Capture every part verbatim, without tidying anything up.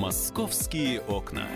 «Московские окна».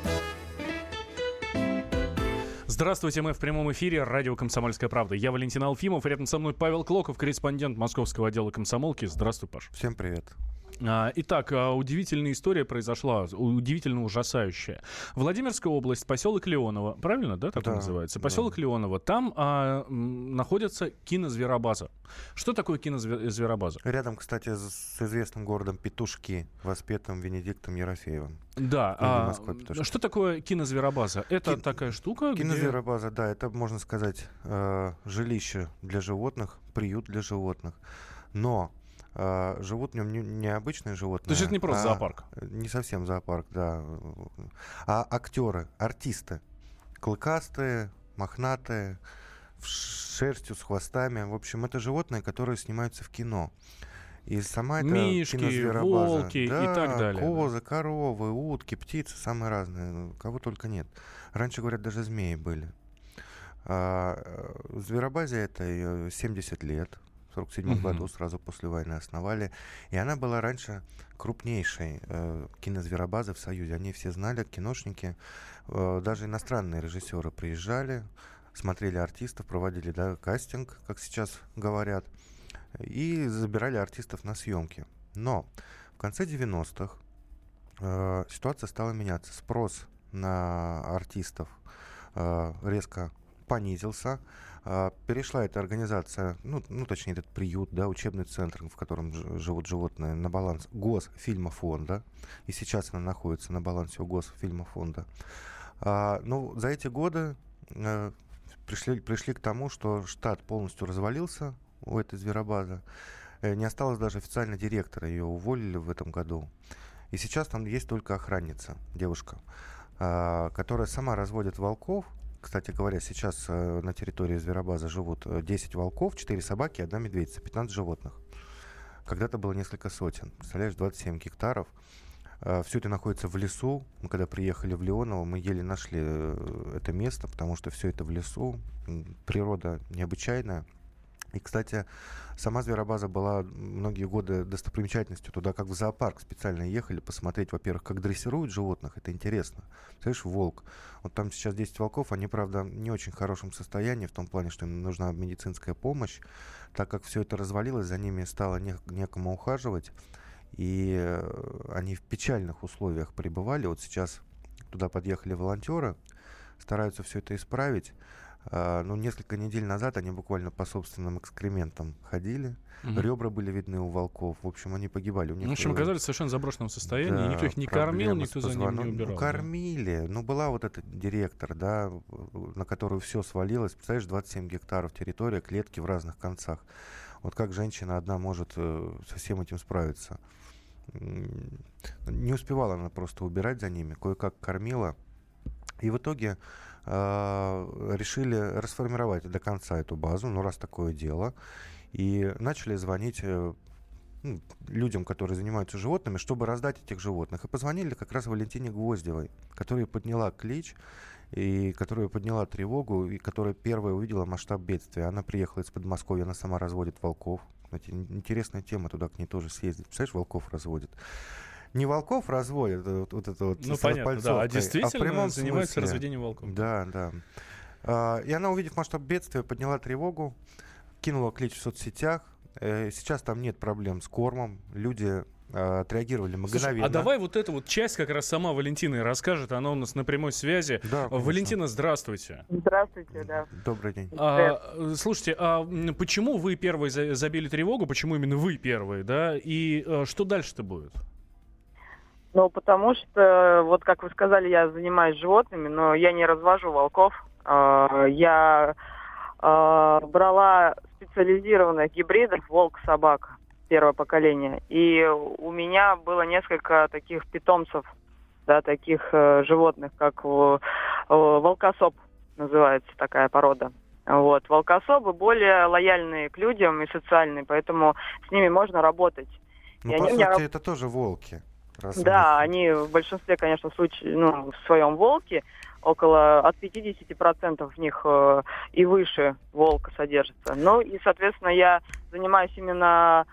Здравствуйте, мы в прямом эфире радио «Комсомольская правда». Я Валентин Алфимов, рядом со мной Павел Клоков, корреспондент московского отдела комсомолки. Здравствуй, Паш. Всем привет. Итак, удивительная история произошла, удивительно ужасающая. Владимирская область, поселок Леоново, правильно, да, так да, называется? Поселок да. Леоново. Там а, находится кинозверобаза. Что такое кинозверобаза? Рядом, кстати, с известным городом Петушки, воспетым Венедиктом Ерофеевым. Да. А, Москва, что такое кинозверобаза? Это Ки... такая штука, Кинозверобаза, где... да, это, можно сказать, э, жилище для животных, приют для животных. Но Uh, живут в нем не, не обычные животные. То есть это не просто а, зоопарк? Не совсем зоопарк, да. А актеры, артисты. Клыкастые, мохнатые, с шерстью, с хвостами. В общем, это животные, которые снимаются в кино. И сама эта Мишки, кинозверобаза. волки да, и так далее. Козы, коровы, утки, птицы, самые разные. Кого только нет. Раньше, говорят, даже змеи были. А, зверобазе этой семьдесят лет. В сорок седьмом uh-huh. году, сразу после войны, основали. И она была раньше крупнейшей э, кинозверобазой в Союзе. Они все знали, киношники. Э, даже иностранные режиссеры приезжали, смотрели артистов, проводили да, кастинг, как сейчас говорят, и забирали артистов на съемки. Но в конце девяностых э, ситуация стала меняться. Спрос на артистов э, резко понизился. Перешла эта организация, ну, ну точнее этот приют, да, учебный центр, в котором ж- живут животные, на баланс Госфильмофонда. И сейчас она находится на балансе у Госфильмофонда. А, ну, за эти годы а, пришли, пришли к тому, что штат полностью развалился у этой зверобазы. Э, не осталось даже официально директора, ее уволили в этом году. И сейчас там есть только охранница, девушка, а, которая сама разводит волков. Кстати говоря, сейчас э, на территории зверобазы живут десять волков, четыре собаки и одна медведица, пятнадцать животных. Когда-то было несколько сотен. Представляешь, двадцать семь гектаров. Э, все это находится в лесу. Мы когда приехали в Леоново, мы еле нашли э, это место, потому что все это в лесу. Природа необычайная. И, кстати, сама зверобаза была многие годы достопримечательностью. Туда как в зоопарк специально ехали посмотреть, во-первых, как дрессируют животных. Это интересно. Представляешь, волк. Вот там сейчас десять волков, они, правда, не очень в хорошем состоянии, в том плане, что им нужна медицинская помощь. Так как все это развалилось, за ними стало не, некому ухаживать. И э, они в печальных условиях пребывали. Вот сейчас туда подъехали волонтеры, стараются все это исправить. Uh, ну, несколько недель назад они буквально по собственным экскрементам ходили. Mm-hmm. Ребра были видны у волков. В общем, они погибали. У них, в общем, оказались в совершенно заброшенном состоянии. Да, никто их не кормил, никто за ними не убирал. Ну, кормили. Да? Ну, была вот эта директор, да, на которую все свалилось. Представляешь, двадцать семь гектаров территория, клетки в разных концах. Вот как женщина одна может э, со всем этим справиться? Не успевала она просто убирать за ними. Кое-как кормила. И в итоге э, решили расформировать до конца эту базу, ну раз такое дело, и начали звонить э, ну, людям, которые занимаются животными, чтобы раздать этих животных. И позвонили как раз Валентине Гвоздевой, которая подняла клич, и которая подняла тревогу, и которая первая увидела масштаб бедствия. Она приехала из Подмосковья, она сама разводит волков. Кстати, интересная тема, туда к ней тоже съездить. Представляешь, волков разводит. Не волков разводят, вот, вот это вот. Ну, понятно, да, а действительно а занимаются разведением волков. Да, да. А, и она, увидев масштаб бедствия, подняла тревогу, кинула клич в соцсетях. Э, сейчас там нет проблем с кормом, люди э, отреагировали мгновенно. Слушай, а давай вот эту вот часть как раз сама Валентина и расскажет, она у нас на прямой связи. Да, Валентина, здравствуйте. Здравствуйте, да. Добрый день. А, слушайте, а почему вы первые забили тревогу, почему именно вы первые, да, и а, что дальше-то будет? Ну, потому что, вот как вы сказали, я занимаюсь животными, но я не развожу волков. Я брала специализированных гибридов волк-собак, первое поколение. И у меня было несколько таких питомцев, да, таких животных, как волкособ называется такая порода. Вот. Волкособы более лояльные к людям и социальные, поэтому с ними можно работать. Ну, по сути, меня... это тоже волки. Да, они в большинстве, конечно, случаев, ну, в своем волке, около от пятьдесят процентов в них э, и выше волка содержится. Ну и, соответственно, я занимаюсь именно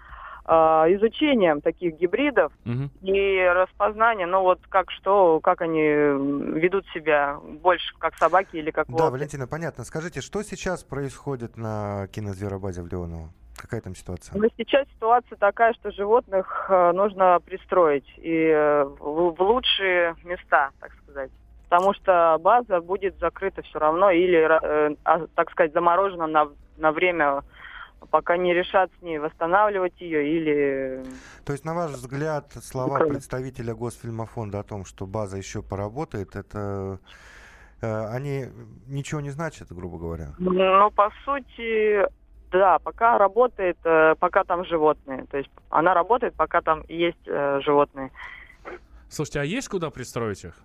изучением таких гибридов Мгм. и распознанием, ну вот как что, как они ведут себя больше как собаки или как волки. Да, Валентина, понятно. Скажите, что сейчас происходит на кинозверобазе в Леоново? Какая там ситуация? Но сейчас ситуация такая, что животных э, нужно пристроить и э, в, в лучшие места, так сказать. Потому что база будет закрыта все равно или, э, а, так сказать, заморожена на, на время, пока не решат с ней восстанавливать ее или... То есть, на ваш взгляд, слова Кроме. представителя Госфильмофонда о том, что база еще поработает, это э, они ничего не значат, грубо говоря? Ну, по сути, да, пока работает, э, пока там животные. То есть она работает, пока там есть э, животные. Слушайте, а есть куда пристроить их?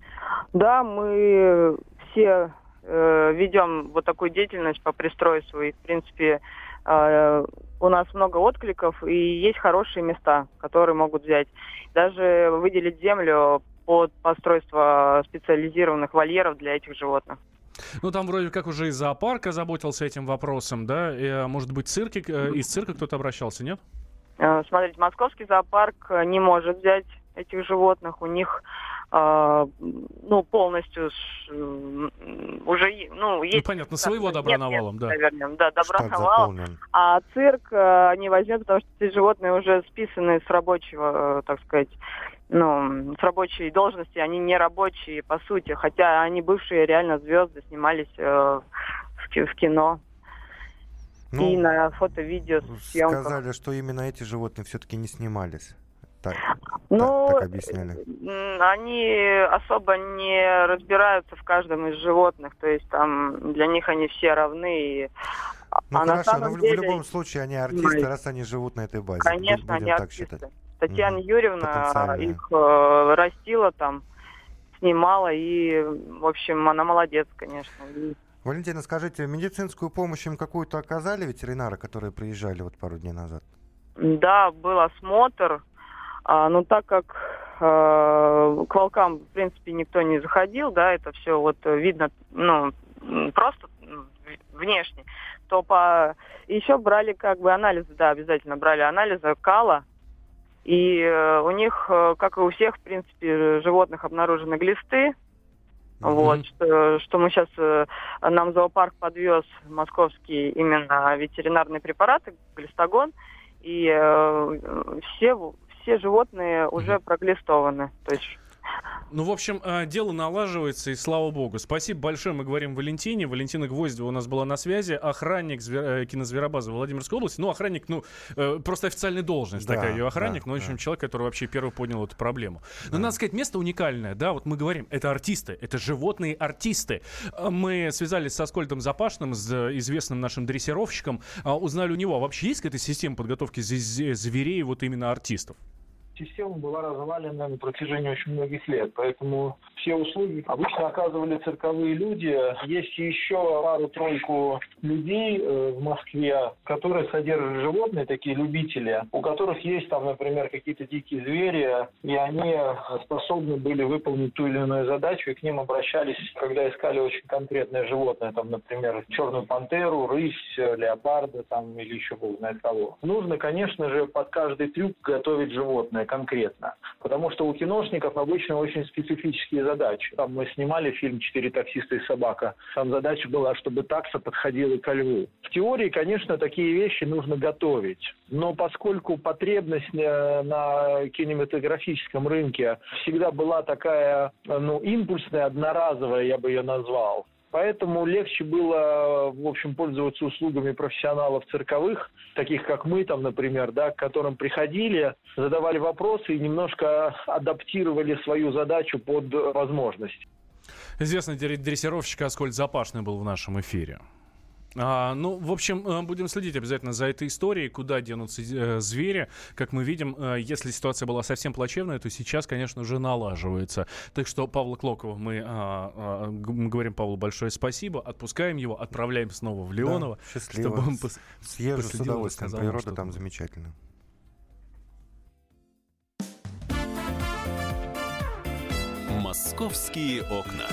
Да, мы все э, ведем вот такую деятельность по пристройству. И, в принципе, э, у нас много откликов, и есть хорошие места, которые могут взять. Даже выделить землю под постройство специализированных вольеров для этих животных. Ну, там вроде как уже и зоопарк озаботился этим вопросом, да? И, а, может быть, цирки, э, из цирка кто-то обращался, нет? Э, смотрите, московский зоопарк не может взять этих животных. У них э, ну, полностью ш, уже ну, есть... Ну, понятно, своего нет, добра нет, навалом, да. Наверное, да, добра Штат навалом. заполнен. А цирк э, не возьмет, потому что эти животные уже списаны с рабочего, э, так сказать, ну, с рабочей должности. Они не рабочие, по сути, хотя они бывшие реально звезды, снимались э, в, ки- в кино. Ну, И на фото-видео съемках. сказали, что именно эти животные все-таки не снимались. Так, Ну, так, так объясняли. м, они особо не разбираются в каждом из животных, то есть там для них они все равны. И... Ну а на хорошо, самом но в, деле, в любом случае они артисты, понимаете, раз они живут на этой базе. конечно, Будем они так артисты. считать. Татьяна Мгм. Юрьевна Потенциальные. их э, растила там, снимала, и, в общем, она молодец, конечно. И Валентина, скажите, медицинскую помощь им какую-то оказали ветеринары, которые приезжали вот пару дней назад? да, был осмотр, а, но так как э, к волкам, в принципе, никто не заходил, да, это все вот видно, ну, м, просто м, внешне, то по... еще брали как бы анализы, да, обязательно брали анализы кала, и э, у них, э, как и у всех, в принципе, животных обнаружены глисты. Вот, Мгм. что, что мы сейчас, э, нам зоопарк подвез московский именно ветеринарные препараты, глистогон, и э, все, все животные уже проглистованы. То есть Ну, в общем, э, дело налаживается, и слава богу. Спасибо большое, мы говорим Валентине. Валентина Гвоздева у нас была на связи, охранник звер... э, кинозверобазы Владимирской области. Ну, охранник, ну, э, просто официальная должность Да, такая, ее охранник, да, но, в общем, да. человек, который вообще первый понял эту проблему. Но, Да. надо сказать, место уникальное, да, вот мы говорим, это артисты, это животные артисты. Э, Мы связались с Аскольдом Запашным, с э, известным нашим дрессировщиком, э, узнали у него, а вообще есть какая-то система подготовки з- з- зверей, вот именно артистов? Система была развалена на протяжении очень многих лет, поэтому все услуги обычно оказывали цирковые люди. Есть еще пару-тройку людей э, в Москве, которые содержат животные, такие любители, у которых есть там, например, какие-то дикие звери, и они способны были выполнить ту или иную задачу, и к ним обращались, когда искали очень конкретное животное, там, например, черную пантеру, рысь, леопарда там, или еще бог знает кого. Нужно, конечно же, под каждый трюк готовить животное конкретно, потому что у киношников обычно очень специфические задачи. Там мы снимали фильм «Четыре таксиста и собака». Там задача была, чтобы такса подходила ко льву. В теории, конечно, такие вещи нужно готовить, но поскольку потребность э, на кинематографическом рынке всегда была такая, ну, импульсная, одноразовая, я бы ее назвал, поэтому легче было, в общем, пользоваться услугами профессионалов цирковых, таких как мы, там, например, да, к которым приходили, задавали вопросы и немножко адаптировали свою задачу под возможности. Известный дре- дрессировщик Аскольд Запашный был в нашем эфире. А, ну, в общем, э, будем следить обязательно за этой историей, куда денутся э, звери. Как мы видим, э, если ситуация была совсем плачевная, то сейчас, конечно, уже налаживается. Так что Павла Клокова мы, а, а, г- мы говорим Павлу большое спасибо, отпускаем его, отправляем снова в Леоново. Да, счастливо. чтобы он пос- Съезжу с последил, удовольствием. рассказал нам, Природа что там было. замечательная. Московские окна.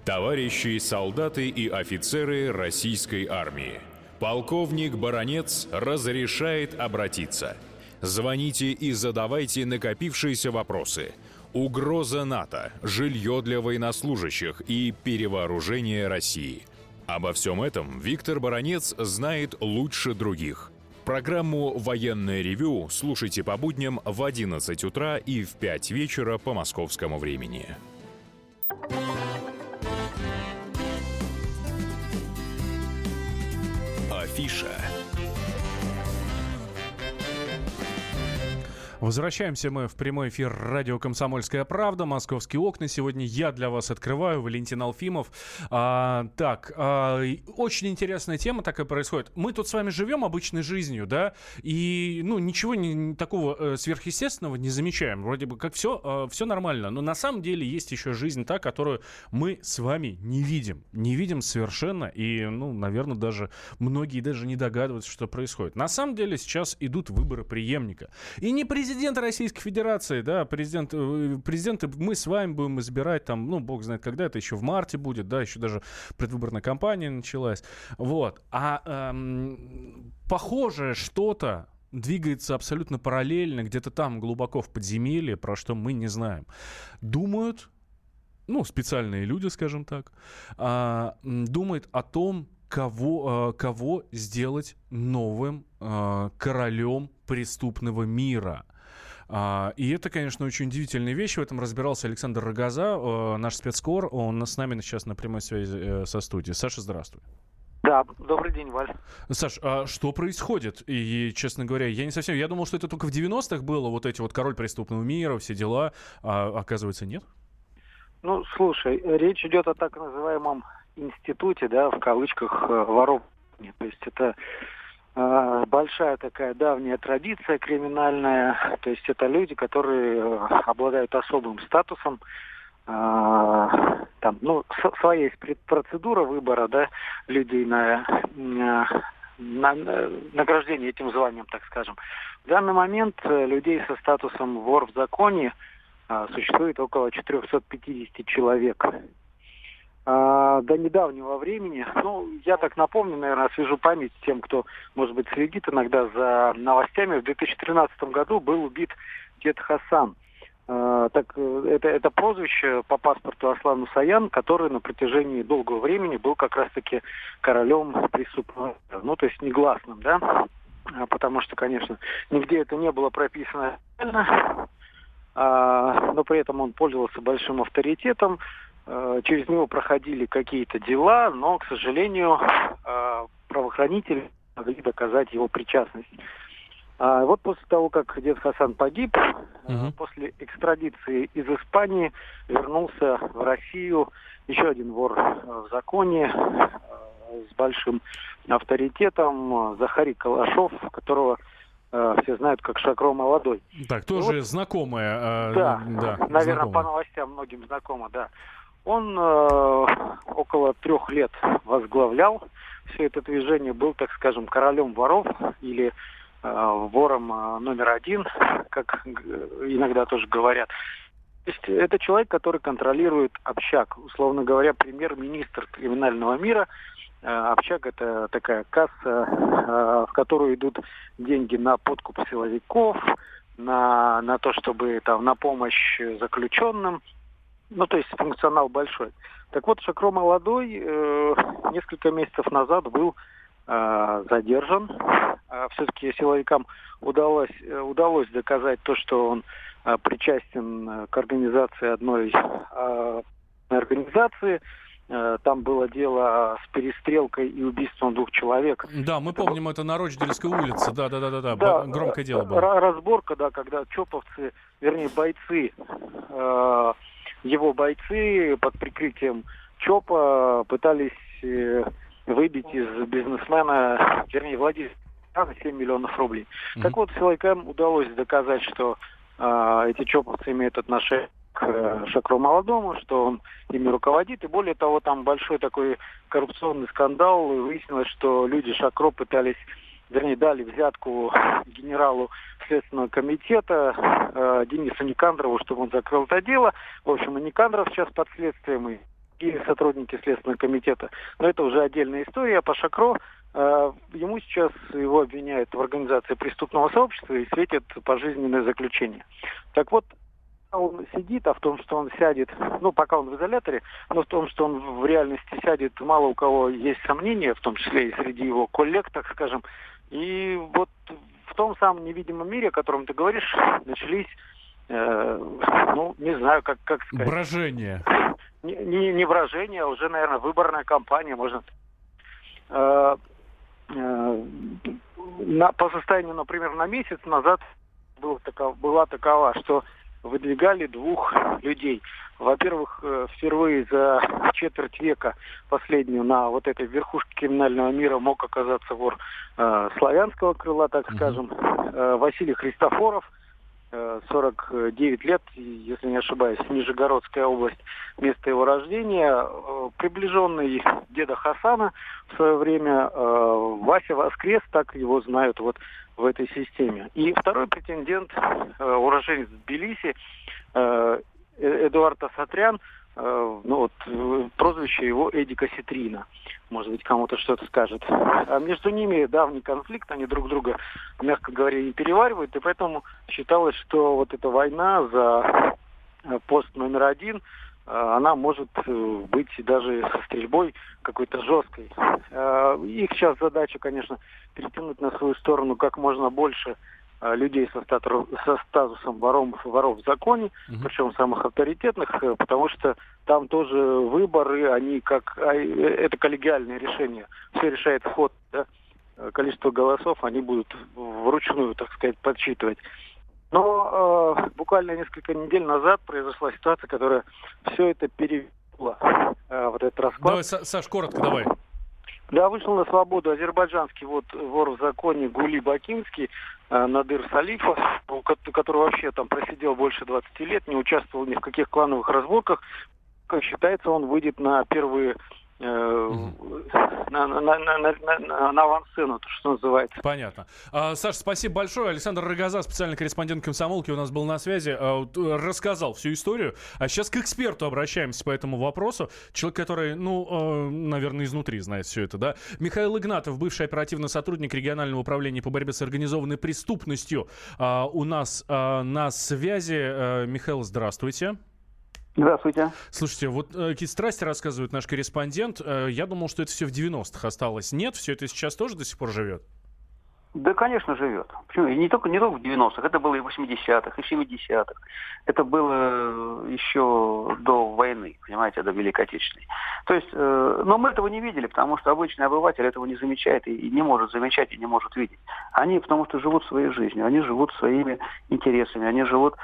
Товарищи солдаты и офицеры российской армии, полковник Баранец разрешает обратиться. Звоните и задавайте накопившиеся вопросы. Угроза НАТО, жилье для военнослужащих и перевооружение России. Обо всем этом Виктор Баранец знает лучше других. Программу «Военное ревю» слушайте по будням в одиннадцать утра и в пять вечера по московскому времени. Афиша. Возвращаемся мы в прямой эфир радио «Комсомольская правда», «Московские окна». Сегодня я для вас открываю, Валентин Алфимов. А, так, а, очень интересная тема такая происходит. Мы тут с вами живем обычной жизнью, да, и, ну, ничего не, такого э, сверхъестественного не замечаем. Вроде бы как все, э, все нормально, но на самом деле есть еще жизнь та, которую мы с вами не видим. Не видим совершенно, и, ну, наверное, даже многие даже не догадываются, что происходит. На самом деле сейчас идут выборы преемника. И не президент Президент Российской Федерации, да, президент, президенты мы с вами будем избирать, там, ну, бог знает когда, это еще в марте будет, да, еще даже предвыборная кампания началась, вот, а эм, похожее что-то двигается абсолютно параллельно, где-то там глубоко в подземелье, про что мы не знаем. Думают, ну, специальные люди, скажем так, а, думают о том, кого, кого сделать новым а, королем преступного мира. Uh, и это, конечно, очень удивительная вещь. В этом разбирался Александр Рогоза, uh, наш спецкор. Он с нами сейчас на прямой связи uh, со студией. Саша, здравствуй. Да, добрый день, Валь. Саш, а что происходит? И, честно говоря, я не совсем... Я думал, что это только в девяностых было, вот эти вот король преступного мира, все дела. А оказывается, нет? Ну, слушай, речь идет о так называемом институте, да, в кавычках, воров. То есть это... большая такая давняя традиция криминальная, то есть это люди, которые обладают особым статусом, там, ну, своей процедура выбора, да, людей на, на награждение этим званием, так скажем. В данный момент людей со статусом вор в законе существует около четыреста пятьдесят человек. А, до недавнего времени, ну, я так напомню, наверное, освежу память тем, кто, может быть, следит иногда за новостями. В две тысячи тринадцатом году был убит дед Хасан. А, так, это, это прозвище по паспорту Аслан Мусаян, который на протяжении долгого времени был как раз-таки королем преступного, ну, то есть негласным, да, а, потому что, конечно, нигде это не было прописано, а, но при этом он пользовался большим авторитетом. Через него проходили какие-то дела, но, к сожалению, правоохранители могли доказать его причастность. А вот после того, как дед Хасан погиб, угу. после экстрадиции из Испании вернулся в Россию еще один вор в законе с большим авторитетом, Захарий Калашов, которого все знают как Шакро Молодой. Так, тоже вот, знакомая. Э, да, да, наверное, знакомая. По новостям многим знакомо, да. Он э, около трех лет возглавлял все это движение, был, так скажем, королем воров или э, вором э, номер один, как иногда тоже говорят. То есть это человек, который контролирует общак, условно говоря, премьер-министр криминального мира. Э, общак — это такая касса, э, в которую идут деньги на подкуп силовиков, на, на то, чтобы там, на помощь заключенным. Ну, то есть функционал большой. Так вот, Шакро Молодой э, несколько месяцев назад был э, задержан. Э, все-таки силовикам удалось, э, удалось доказать то, что он э, причастен к организации одной э, организации. Э, там было дело с перестрелкой и убийством двух человек. Да, мы это помним, был... это на Рочдельской улице. Да, да, да, да, да. да. Громкое дело было. Разборка, да, когда чоповцы, вернее, бойцы... Э, Его бойцы под прикрытием ЧОПа пытались э, выбить из бизнесмена, вернее, владельца семь миллионов рублей. Mm-hmm. Так вот, силовикам удалось доказать, что э, эти ЧОПовцы имеют отношение к э, Шакро Молодому, что он ими руководит. И более того, там большой такой коррупционный скандал. И выяснилось, что люди Шакро пытались, вернее, дали взятку генералу Следственного комитета э, Денису Никандрову, чтобы он закрыл это дело. В общем, и Никандров сейчас под следствием, и, и сотрудники Следственного комитета. Но это уже отдельная история. По Шакро э, ему сейчас его обвиняют в организации преступного сообщества и светит пожизненное заключение. Так вот, он сидит, а в том, что он сядет, ну, пока он в изоляторе, но в том, что он в реальности сядет, мало у кого есть сомнения, в том числе и среди его коллег, так скажем. И вот в том самом невидимом мире, о котором ты говоришь, начались, э, ну, не знаю, как, как сказать. Брожение. Не, не, не брожение, а уже, наверное, выборная кампания, можно. Э, э, на, по состоянию, например, на месяц назад был таков, была такова, что выдвигали двух людей. Во-первых, впервые за четверть века последнюю на вот этой верхушке криминального мира мог оказаться вор э, славянского крыла, так скажем, э, Василий Христофоров, э, сорок девять лет, если не ошибаюсь, Нижегородская область, место его рождения, э, приближенный деда Хасана в свое время, э, Вася Воскрес, так его знают вот в этой системе. И второй претендент, э, уроженец Тбилиси, э, Эдуард Асатрян, э, ну вот, э, прозвище его Эдди Касситрина. Может быть, кому-то что-то скажет. А между ними давний конфликт, они друг друга, мягко говоря, не переваривают, и поэтому считалось, что вот эта война за пост номер один, она может быть даже со стрельбой какой-то жесткой. Их сейчас задача, конечно, перетянуть на свою сторону как можно больше людей со, стату, со статусом воров, воров в законе, mm-hmm. причем самых авторитетных, потому что там тоже выборы, они как... Это коллегиальное решение. Все решает вход, да? Количество голосов они будут вручную, так сказать, подсчитывать. Но э, буквально несколько недель назад произошла ситуация, которая все это перевела. Э, вот этот расклад. Давай, Саш, коротко давай. Да, вышел на свободу азербайджанский вот вор в законе Гули Бакинский, э, Надыр Салифов, который вообще там просидел больше двадцати лет, не участвовал ни в каких клановых разборках. Как считается, он выйдет на первые... Mm-hmm. на, на, на, на, на, на авансцену, то, что называется. Понятно. А, Саш, спасибо большое. Александр Рогоза, специальный корреспондент «Комсомолки», у нас был на связи, а, рассказал всю историю. А сейчас к эксперту обращаемся по этому вопросу. Человек, который, ну, э, наверное, изнутри знает все это, да? Михаил Игнатов, бывший оперативный сотрудник регионального управления по борьбе с организованной преступностью, а, у нас а, на связи. А, Михаил, здравствуйте. Здравствуйте. Слушайте, вот э, какие страсти рассказывает наш корреспондент. Э, я думал, что это все в девяностых осталось. Нет, все это сейчас тоже до сих пор живет? Да, конечно, живет. Почему? И не только, не только в девяностых, это было и в восьмидесятых, и в семидесятых. Это было еще до войны, понимаете, до Великой Отечественной. То есть, э, но мы этого не видели, потому что обычный обыватель этого не замечает и, и не может замечать, и не может видеть. Они потому что живут своей жизнью, они живут своими интересами, они живут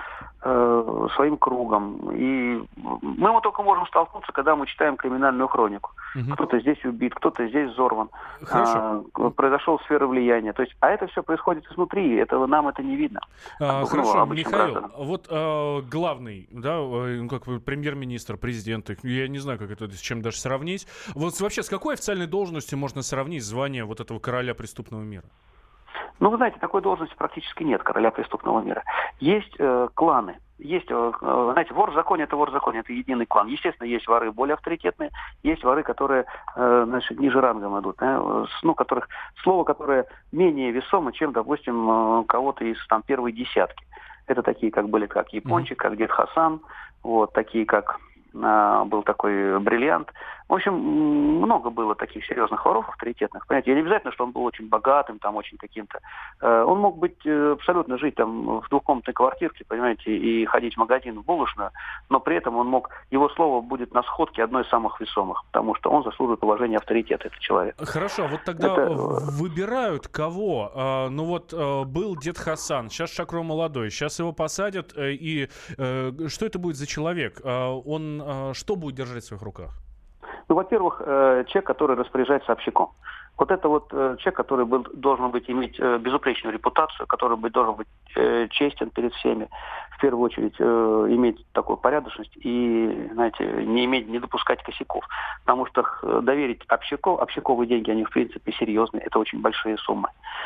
э, своим кругом. И мы вот только можем столкнуться, когда мы читаем криминальную хронику. Угу. Кто-то здесь убит, кто-то здесь взорван. Хорошо. А, произошел сфера влияния. То есть, а это все происходит изнутри, этого нам это не видно. А, хорошо, Михаил, гражданам. Вот а, главный, да, как премьер-министр, президент, я не знаю, как это с чем даже сравнить. Вот вообще с какой официальной должностью можно сравнить звание вот этого короля преступного мира? Ну, вы знаете, такой должности практически нет, короля преступного мира. Есть э, кланы. Есть, э, знаете, вор в законе – это вор в законе, это единый клан. Естественно, есть воры более авторитетные, есть воры, которые, э, значит, ниже рангом идут, э, ну, которых, слово, которое менее весомо, чем, допустим, э, кого-то из там первой десятки. Это такие, как были, как Япончик, как Дед Хасан, вот, такие, как э, был такой Бриллиант. В общем, много было таких серьезных воров авторитетных. Понимаете, и не обязательно, что он был очень богатым, там, очень каким-то. Э, он мог быть э, абсолютно жить там в двухкомнатной квартирке, понимаете, и ходить в магазин, в булочную, но при этом он мог, его слово будет на сходке одно из самых весомых, потому что он заслуживает уважения авторитета, этот человек. Хорошо, вот тогда это... выбирают кого? А, ну вот а, был Дед Хасан, сейчас Шакро молодой, сейчас его посадят, и а, что это будет за человек? А, он а, что будет держать в своих руках? Ну, во-первых, э, человек, который распоряжается общаком. Вот это вот э, человек, который был, должен быть иметь э, безупречную репутацию, который быть, должен быть э, честен перед всеми, в первую очередь э, иметь такую порядочность и, знаете, не иметь, не допускать косяков. Потому что э, доверить общаков, общаковые деньги, они в принципе серьезные, это очень большие суммы.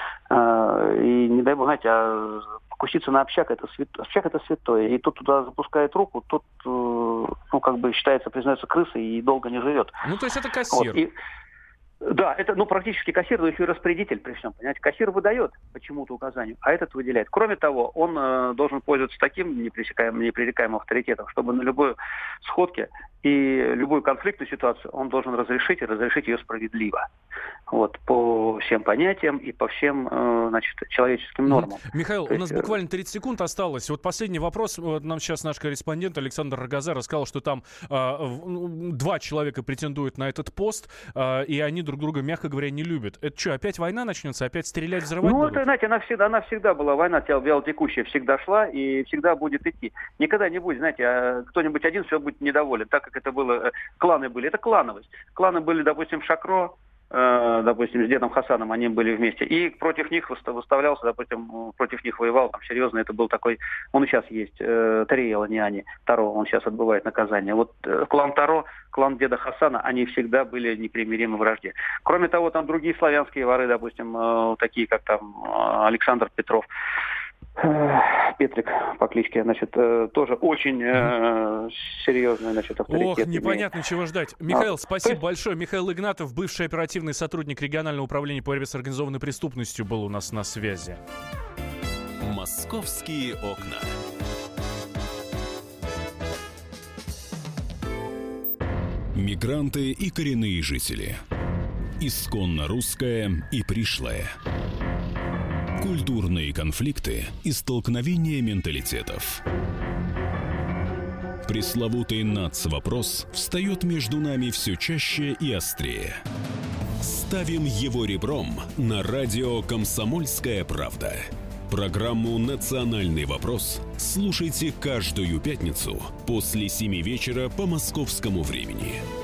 Э, и не дай бог, знаете, а покуситься на общак, это свят... общак это святое. И тот туда запускает руку, тот э, ну, как бы считается, признается крысой и долго не живет. Ну, то есть это кассир. Вот, и, да, это, ну, практически кассир, но еще и распорядитель при всем, понимаете. Кассир выдает почему-то указанию, а этот выделяет. Кроме того, он э, должен пользоваться таким непререкаемым, непререкаемым авторитетом, чтобы на любой сходке и любую конфликтную ситуацию он должен разрешить, и разрешить ее справедливо. Вот, по всем понятиям и по всем, э, значит, человеческим нормам. Михаил, То у нас есть, буквально тридцать секунд осталось. Вот последний вопрос. Вот нам сейчас наш корреспондент Александр Рогоза рассказал, что там э, два человека претендуют на этот пост, э, и они друг друга, мягко говоря, не любят. Это что, опять война начнется? Опять стрелять, взрывать Ну, будут? это, знаете, она всегда, она всегда была, война вялотекущая, всегда шла и всегда будет идти. Никогда не будет, знаете, кто-нибудь один все будет недоволен, так как это было, кланы были. Это клановость. Кланы были, допустим, Шакро, э, допустим, с дедом Хасаном, они были вместе. И против них выставлялся, допустим, против них воевал, там, серьезно, это был такой, он и сейчас есть, э, Тариел Ланиани, Таро, он сейчас отбывает наказание. Вот э, клан Таро, клан деда Хасана, они всегда были непримиримы в вражде. Кроме того, там другие славянские воры, допустим, э, такие, как там Александр Петров, Петрик по кличке, значит, э, тоже очень э, серьезный, значит, авторитет. Ох, непонятно, имеет. чего ждать. Михаил, А, спасибо есть... большое. Михаил Игнатов, бывший оперативный сотрудник регионального управления по борьбе с организованной преступностью, был у нас на связи. Московские окна. Мигранты и коренные жители. Исконно русское и пришлое. Культурные конфликты и столкновения менталитетов. Пресловутый нацвопрос встает между нами все чаще и острее. Ставим его ребром на радио «Комсомольская правда». Программу «Национальный вопрос» слушайте каждую пятницу после семи вечера по московскому времени.